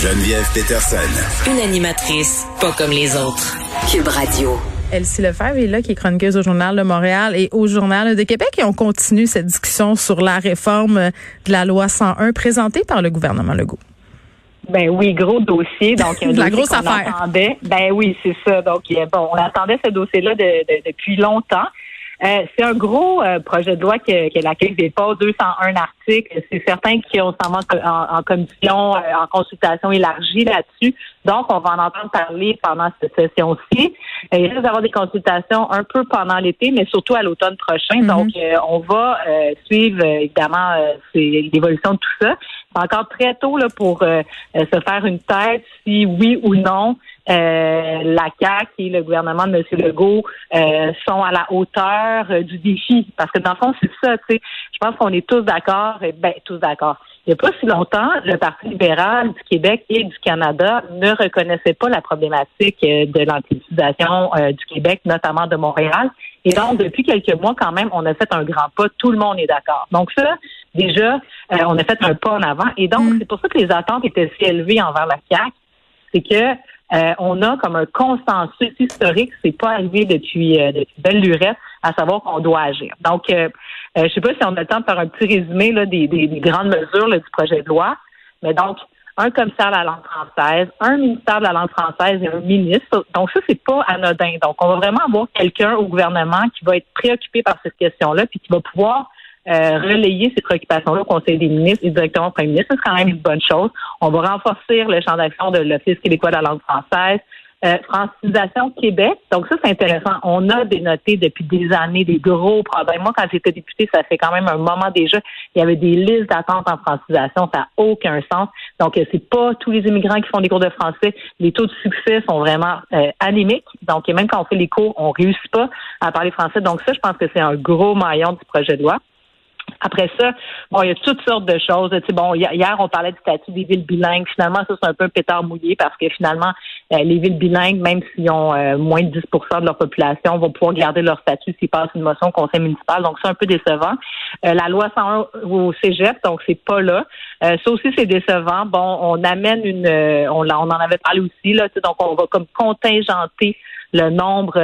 Geneviève Peterson. Une animatrice pas comme les autres. Cube Radio. Elsie Lefebvre est là, qui est chroniqueuse au Journal de Montréal et au Journal de Québec. Et on continue cette discussion sur la réforme de la loi 101 présentée par le gouvernement Legault. Ben oui, gros dossier. Donc, la grosse affaire. Ben oui, c'est ça. Donc, bon, on attendait ce dossier-là depuis longtemps. C'est un gros projet de loi que la CAQ dépose, 201 articles. C'est certain qu'on s'en va en commission, en consultation élargie là-dessus. Donc, on va en entendre parler pendant cette session-ci. Il risque d'avoir des consultations un peu pendant l'été, mais surtout à l'automne prochain. Mm-hmm. Donc, on va suivre, évidemment, l'évolution de tout ça. C'est encore très tôt là pour se faire une tête si oui ou non la CAQ et le gouvernement de M. Legault sont à la hauteur du défi. Parce que dans le fond, c'est ça, tu sais. Je pense qu'on est tous d'accord. Tous d'accord. Il n'y a pas si longtemps, le Parti libéral du Québec et du Canada ne reconnaissait pas la problématique de l'antisémitisation du Québec, notamment de Montréal. Et donc, depuis quelques mois, quand même, on a fait un grand pas. Tout le monde est d'accord. Donc ça, déjà, on a fait un pas en avant. Et donc, c'est pour ça que les attentes étaient si élevées envers la CAQ. C'est que on a comme un consensus historique, c'est pas arrivé depuis belle lurette, à savoir qu'on doit agir. Donc, je sais pas si on a le temps de faire un petit résumé là, des grandes mesures là, du projet de loi, mais donc, un commissaire de la langue française, un ministère de la langue française et un ministre. Donc, ça, c'est pas anodin. Donc, on va vraiment avoir quelqu'un au gouvernement qui va être préoccupé par cette question-là, puis qui va pouvoir relayer ces préoccupations-là au Conseil des ministres et directement au Premier ministre. C'est quand même une bonne chose. On va renforcer le champ d'action de l'Office québécois de la langue française. Francisation Québec. Donc ça, c'est intéressant. On a dénoté depuis des années des gros problèmes. Moi, quand j'étais députée, ça fait quand même un moment déjà. Il y avait des listes d'attente en francisation. Ça n'a aucun sens. Donc, c'est pas tous les immigrants qui font des cours de français. Les taux de succès sont vraiment anémiques. Donc, même quand on fait les cours, on réussit pas à parler français. Donc ça, je pense que c'est un gros maillon du projet de loi. Après ça, bon, il y a toutes sortes de choses. Tu sais, bon, hier, on parlait du statut des villes bilingues. Finalement, ça, c'est un peu un pétard mouillé parce que finalement, les villes bilingues, même s'ils ont moins de 10% de leur population, vont pouvoir garder leur statut s'ils passent une motion au conseil municipal. Donc, c'est un peu décevant. La loi 101 au cégep, donc c'est pas là. Ça aussi, c'est décevant. Bon, on amène on en avait parlé aussi, là. Tu sais, donc, on va comme contingenter le nombre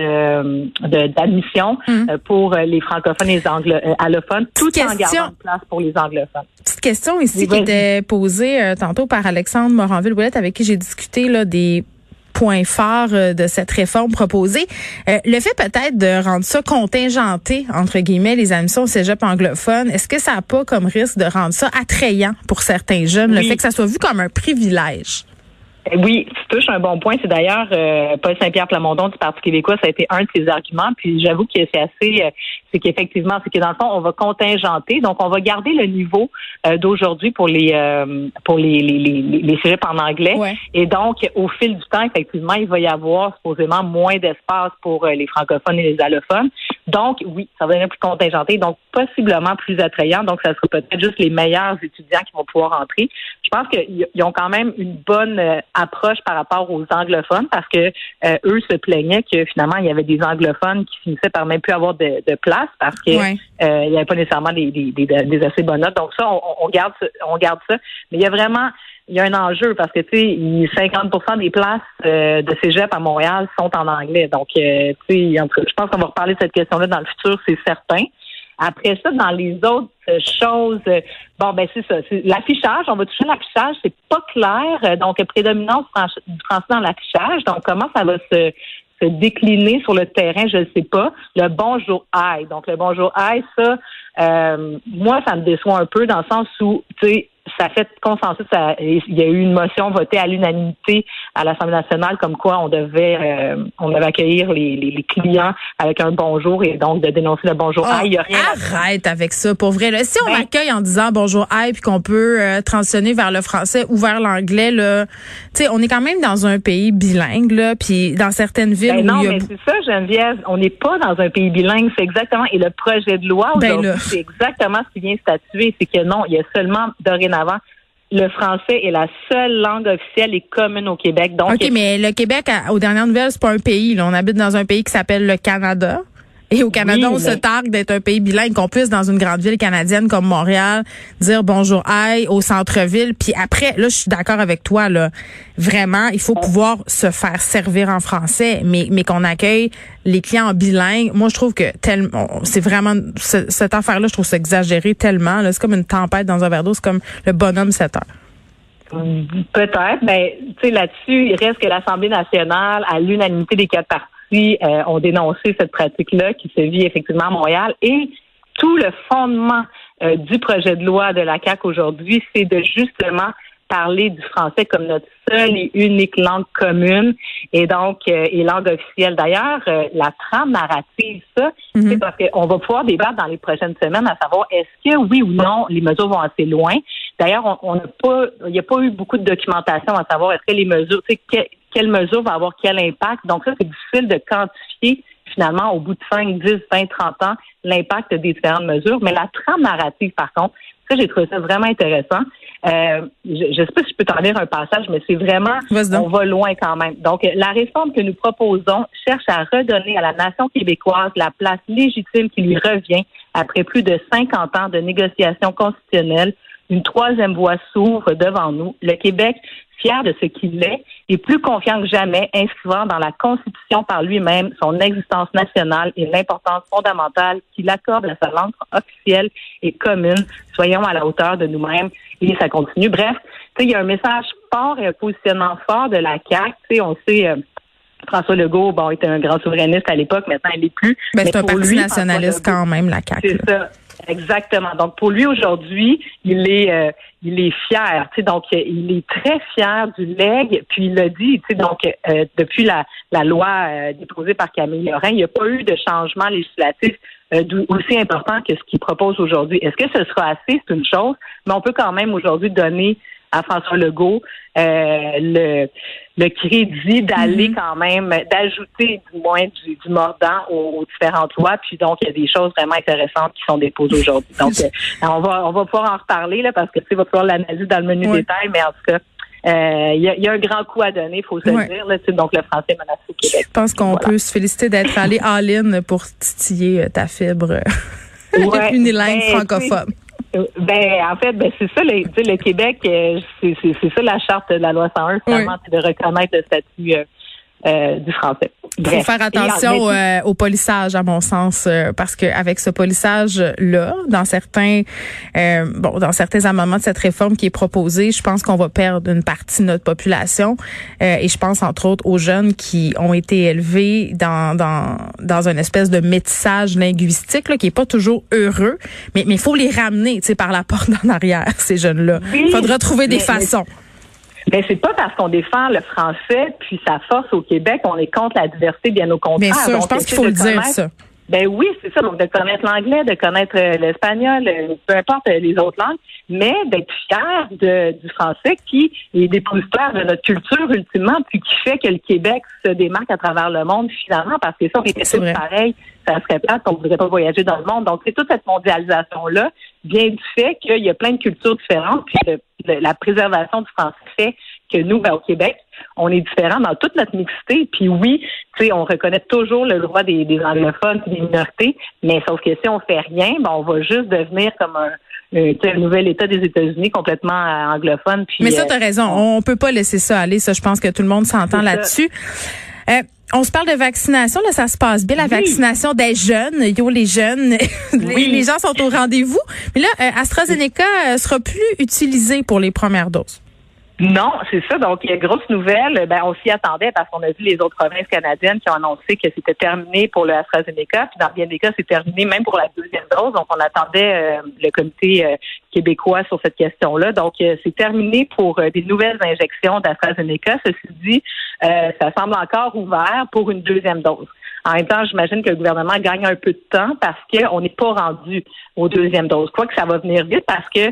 d'admissions pour les francophones et les allophones, tout en gardant une place pour les anglophones. Petite question ici qui était posée tantôt par Alexandre Moranville-Ouellette, avec qui j'ai discuté là, des points forts de cette réforme proposée. Le fait peut-être de rendre ça contingenté, entre guillemets, les admissions au cégep anglophone, est-ce que ça n'a pas comme risque de rendre ça attrayant pour certains jeunes, le fait que ça soit vu comme un privilège? Oui, tu touches un bon point. C'est d'ailleurs Paul Saint-Pierre Plamondon du Parti québécois, ça a été un de ses arguments. Puis j'avoue que c'est assez, c'est qu'effectivement, c'est que dans le fond, on va contingenter. Donc, on va garder le niveau d'aujourd'hui pour les cégeps en anglais. Ouais. Et donc, au fil du temps, effectivement, il va y avoir supposément moins d'espace pour les francophones et les allophones. Donc, oui, ça va devenir plus contingenté, donc possiblement plus attrayant. Donc, ça sera peut-être juste les meilleurs étudiants qui vont pouvoir entrer. Je pense qu'ils ont quand même une bonne approche par rapport aux anglophones parce que eux se plaignaient que finalement, il y avait des anglophones qui finissaient par même plus avoir de place parce que il n'y avait pas nécessairement des assez bonnes notes. Donc ça, on garde ça. Mais il y a un enjeu parce que, tu sais, 50% des places de cégep à Montréal sont en anglais. Donc, tu sais, je pense qu'on va reparler de cette question-là dans le futur, c'est certain. Après ça, dans les autres choses, c'est ça. C'est l'affichage, on va toucher l'affichage, c'est pas clair. Donc, prédominance du français dans l'affichage. Donc, comment ça va se décliner sur le terrain, je ne sais pas. Le bonjour aïe. Donc, le bonjour aïe, ça, moi, ça me déçoit un peu dans le sens où, tu sais, ça fait consensus. Il y a eu une motion votée à l'unanimité à l'Assemblée nationale comme quoi on devait accueillir les clients avec un bonjour et donc de dénoncer le bonjour aïe. Il y a rien arrête avec ça, pour vrai. Là, si on accueille en disant bonjour aïe puis qu'on peut transitionner vers le français ou vers l'anglais, là, tu sais, on est quand même dans un pays bilingue, là, puis dans certaines villes non, mais c'est ça, Geneviève, on n'est pas dans un pays bilingue, c'est exactement. Et le projet de loi aujourd'hui, c'est exactement ce qui vient statuer, c'est que non, il y a seulement dorénavant le français est la seule langue officielle et commune au Québec. Donc, OK, mais le Québec, aux dernières nouvelles, c'est pas un pays. Là. On habite dans un pays qui s'appelle le Canada. Et au Canada, on se targue d'être un pays bilingue, qu'on puisse, dans une grande ville canadienne comme Montréal, dire bonjour, aïe, au centre-ville. Puis après, là, je suis d'accord avec toi, là. Vraiment, il faut pouvoir se faire servir en français, mais qu'on accueille les clients en bilingue. Moi, je trouve que c'est vraiment, cette affaire-là, je trouve ça exagéré tellement, là. C'est comme une tempête dans un verre d'eau. C'est comme le bonhomme 7 heures. Peut-être, mais tu sais, là-dessus, il reste que l'Assemblée nationale, à l'unanimité des 4 partis, ont dénoncé cette pratique-là qui se vit effectivement à Montréal. Et tout le fondement du projet de loi de la CAQ aujourd'hui, c'est de justement parler du français comme notre seule et unique langue commune et donc et langue officielle. D'ailleurs, la trame narrative, ça, c'est parce qu'on va pouvoir débattre dans les prochaines semaines à savoir est-ce que oui ou non les mesures vont assez loin. D'ailleurs, il n'y a pas eu beaucoup de documentation à savoir est-ce que les mesures, tu sais, quelle mesure va avoir quel impact. Donc ça, c'est difficile de quantifier finalement au bout de 5, 10, 20, 30 ans l'impact des différentes mesures. Mais la trame narrative, par contre, ça, j'ai trouvé ça vraiment intéressant. Je sais pas si je peux t'en lire un passage, mais c'est vraiment, on va loin quand même. Donc, la réforme que nous proposons cherche à redonner à la nation québécoise la place légitime qui lui revient après plus de 50 ans de négociations constitutionnelles. Une troisième voie s'ouvre devant nous. Le Québec, fier de ce qu'il est plus confiant que jamais, inscrivant dans la Constitution par lui-même son existence nationale et l'importance fondamentale qu'il accorde à sa langue officielle et commune. Soyons à la hauteur de nous-mêmes. Et ça continue. Bref, il y a un message fort et un positionnement fort de la CAQ. On sait... François Legault, était un grand souverainiste à l'époque, maintenant il l'est plus. Mais c'est un parti nationaliste quand même, la CAQ. C'est ça, exactement. Donc pour lui aujourd'hui, il est fier. Donc il est très fier du legs. Puis il l'a dit. Donc depuis la loi déposée par Camille Lorrain, il n'y a pas eu de changement législatif aussi important que ce qu'il propose aujourd'hui. Est-ce que ce sera assez? C'est une chose, mais on peut quand même aujourd'hui donner à François Legault le crédit d'aller quand même, d'ajouter du moins du mordant aux différentes lois. Puis donc, il y a des choses vraiment intéressantes qui sont déposées aujourd'hui. Donc, on va pouvoir en reparler là parce que il va falloir l'analyser dans le menu détail, mais en tout cas, il y a un grand coup à donner, il faut se le dire. Là, donc, le français menacé au Québec. Je pense qu'on peut se féliciter d'être allé all-in pour titiller ta fibre unilingue francophone. En fait, c'est ça, le Québec, c'est ça la charte de la loi 101, finalement, c'est de reconnaître le statut du français. Il faut faire attention au polissage, à mon sens, parce que avec ce polissage-là, dans certains amendements de cette réforme qui est proposée, je pense qu'on va perdre une partie de notre population. Et je pense entre autres aux jeunes qui ont été élevés dans une espèce de métissage linguistique là, qui est pas toujours heureux, mais il faut les ramener, par la porte en arrière, ces jeunes-là. Il faudra trouver des façons. Mais c'est pas parce qu'on défend le français puis sa force au Québec, on est contre la diversité, bien au contraire. Bien sûr, donc, je pense qu'il faut le dire, ça. Oui, c'est ça. Donc, de connaître l'anglais, de connaître l'espagnol, peu importe les autres langues, mais d'être fier du français qui est dépositaire de notre culture, ultimement, puis qui fait que le Québec se démarque à travers le monde, finalement, parce que ça, on était tous pareils, ça serait plate, on ne voudrait pas voyager dans le monde. Donc, c'est toute cette mondialisation-là vient du fait qu'il y a plein de cultures différentes, puis la préservation du français fait que nous, au Québec, on est différents dans toute notre mixité. Puis oui, on reconnaît toujours le droit des anglophones et des minorités, mais sauf que si on fait rien, on va juste devenir comme un nouvel État des États-Unis complètement anglophone. Puis, mais ça, t'as raison. On peut pas laisser ça aller. Ça, je pense que tout le monde s'entend là-dessus. On se parle de vaccination, là, ça se passe bien, la vaccination des jeunes. Les jeunes, les gens sont au rendez-vous. Mais là, AstraZeneca sera plus utilisé pour les premières doses. Non, c'est ça. Donc, il y a une grosse nouvelle. On s'y attendait parce qu'on a vu les autres provinces canadiennes qui ont annoncé que c'était terminé pour le AstraZeneca. Puis, dans bien des cas, c'est terminé même pour la deuxième dose. Donc, on attendait le comité québécois sur cette question-là. Donc, c'est terminé pour des nouvelles injections d'AstraZeneca. Ceci dit, ça semble encore ouvert pour une deuxième dose. En même temps, j'imagine que le gouvernement gagne un peu de temps parce qu'on n'est pas rendu aux deuxièmes doses. Quoique ça va venir vite parce que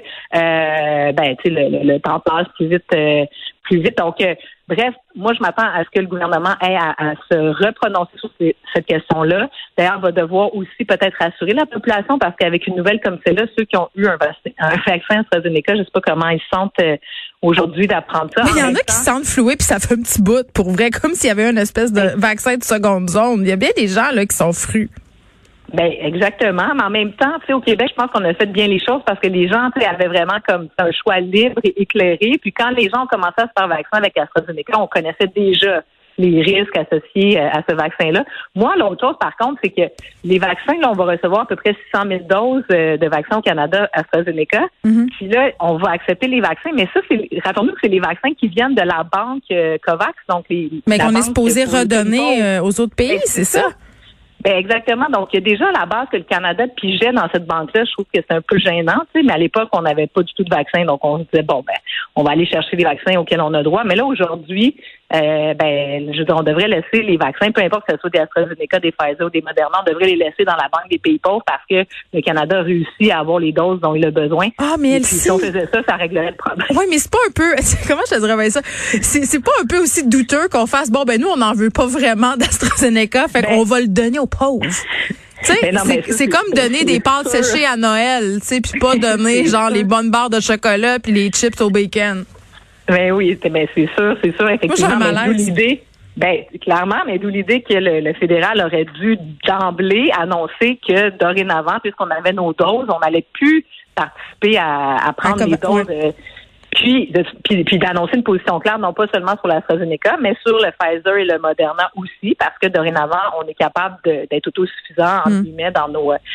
le temps passe plus vite. Donc, bref, moi, je m'attends à ce que le gouvernement ait à se reprononcer sur cette question-là. D'ailleurs, va devoir aussi peut-être rassurer la population parce qu'avec une nouvelle comme celle-là, ceux qui ont eu un vaccin AstraZeneca, je ne sais pas comment ils se sentent aujourd'hui d'apprendre ça. Il y en a qui se sentent floués puis ça fait un petit bout pour vrai, comme s'il y avait une espèce de vaccin de seconde zone. Il y a bien des gens là qui sont frus. Ben exactement, mais en même temps, tu sais, au Québec, je pense qu'on a fait bien les choses parce que les gens, tu sais, avaient vraiment comme un choix libre et éclairé. Puis quand les gens ont commencé à se faire vacciner avec AstraZeneca, on connaissait déjà les risques associés à ce vaccin-là. Moi, l'autre chose, par contre, c'est que les vaccins, là, on va recevoir à peu près 600 000 doses de vaccins au Canada AstraZeneca. Mm-hmm. Puis là, on va accepter les vaccins, mais ça, rappelons-nous que c'est les vaccins qui viennent de la banque COVAX, donc mais qu'on est supposé redonner aux autres pays, c'est ça? Ben exactement. Donc, il y a déjà à la base que le Canada pigeait dans cette banque-là. Je trouve que c'est un peu gênant, tu sais, mais à l'époque, on n'avait pas du tout de vaccin. Donc, on se disait, bon, ben, on va aller chercher les vaccins auxquels on a droit. Mais là, aujourd'hui, on devrait laisser les vaccins, peu importe que ce soit des AstraZeneca, des Pfizer ou des Moderna, on devrait les laisser dans la banque des pays pauvres parce que le Canada a réussi à avoir les doses dont il a besoin. Ah, mais si on faisait ça, ça réglerait le problème. Oui, mais c'est pas un peu, comment je te dirais bien ça? C'est pas un peu aussi douteux qu'on fasse, bon, ben, nous, on n'en veut pas vraiment d'AstraZeneca, fait qu'on va le donner aux pauvres. Tu sais, c'est comme donner des pâtes séchées à Noël, tu sais, puis pas donner genre les bonnes barres de chocolat puis les chips au bacon. Ben oui, c'est sûr, effectivement. Moi, d'où l'idée, clairement, mais d'où l'idée que le fédéral aurait dû d'emblée annoncer que dorénavant, puisqu'on avait nos doses, on n'allait plus participer à prendre les doses. Puis d'annoncer une position claire, non pas seulement sur l'AstraZeneca, mais sur le Pfizer et le Moderna aussi, parce que dorénavant, on est capable d'être autosuffisant, entre guillemets, dans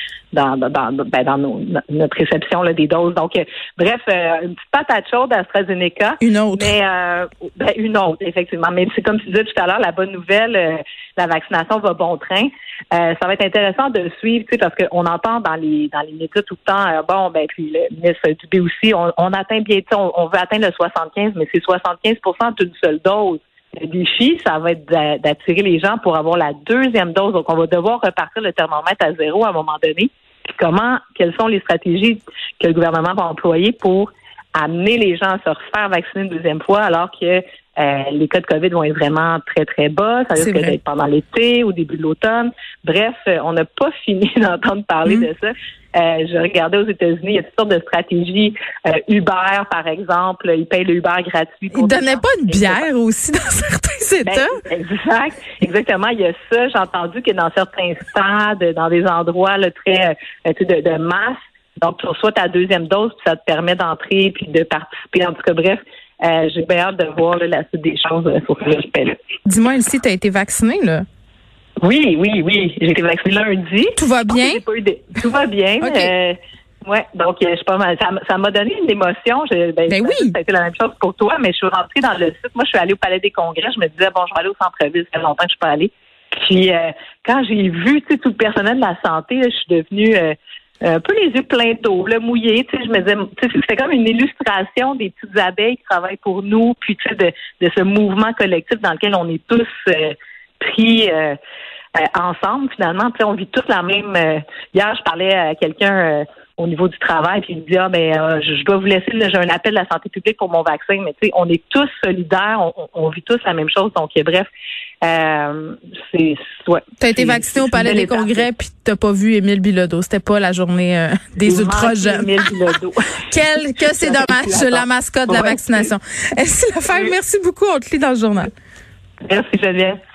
notre réception là, des doses. Donc, bref, une petite patate chaude d'AstraZeneca. Une autre. Mais une autre, effectivement. Mais c'est comme tu disais tout à l'heure, la bonne nouvelle, la vaccination va bon train. Ça va être intéressant de le suivre, tu sais, parce qu'on entend dans les médias tout le temps, puis le ministre Dubé aussi, on atteint bientôt, on veut atteindre le 75, mais c'est 75% d'une seule dose. Le défi, ça va être d'attirer les gens pour avoir la deuxième dose. Donc, on va devoir repartir le thermomètre à zéro à un moment donné. Puis quelles sont les stratégies que le gouvernement va employer pour amener les gens à se refaire vacciner une deuxième fois alors que les cas de COVID vont être vraiment très, très bas. Ça risque d'être pendant l'été, au début de l'automne. Bref, on n'a pas fini d'entendre parler de ça. Je regardais aux États-Unis, il y a toutes sortes de stratégies. Uber, par exemple, ils payent le Uber gratuit. Ils donnaient pas une bière aussi dans certains États? Exactement. Il y a ça. J'ai entendu que dans certains stades, dans des endroits là, très de masse, donc tu reçois ta deuxième dose, puis ça te permet d'entrer puis de participer. En tout cas, bref, j'ai bien hâte de voir là, la suite des choses sur ce respect-là. Dis-moi, Elsie, tu as été vaccinée, là? Oui. J'ai été vaccinée lundi. Tout va bien? Tout va bien. Okay. Donc je suis pas mal. Ça m'a donné une émotion. Oui. Ça a été la même chose pour toi, mais je suis rentrée dans le site. Moi, je suis allée au Palais des Congrès. Je me disais, bon, je vais aller au centre-ville. Ça fait longtemps que je suis pas allée. Puis quand j'ai vu tout le personnel de la santé, là, je suis devenue un peu les yeux pleins d'eau, là, mouillés. Je me disais, c'était comme une illustration des petites abeilles qui travaillent pour nous, puis de ce mouvement collectif dans lequel on est tous pris ensemble. Finalement, on vit tous la même. Hier, je parlais à quelqu'un au niveau du travail, puis il me dit je dois vous laisser, là, j'ai un appel de la santé publique pour mon vaccin, mais on est tous solidaires, on vit tous la même chose. Donc bref, T'as été vacciné au Palais des Congrès puis t'as pas vu Émile Bilodeau. C'était pas la journée des ultra jeunes. Émile Bilodeau. Que c'est dommage, la mascotte de la vaccination. Elsie Lefebvre, merci beaucoup. On te lit dans le journal. Merci Geneviève.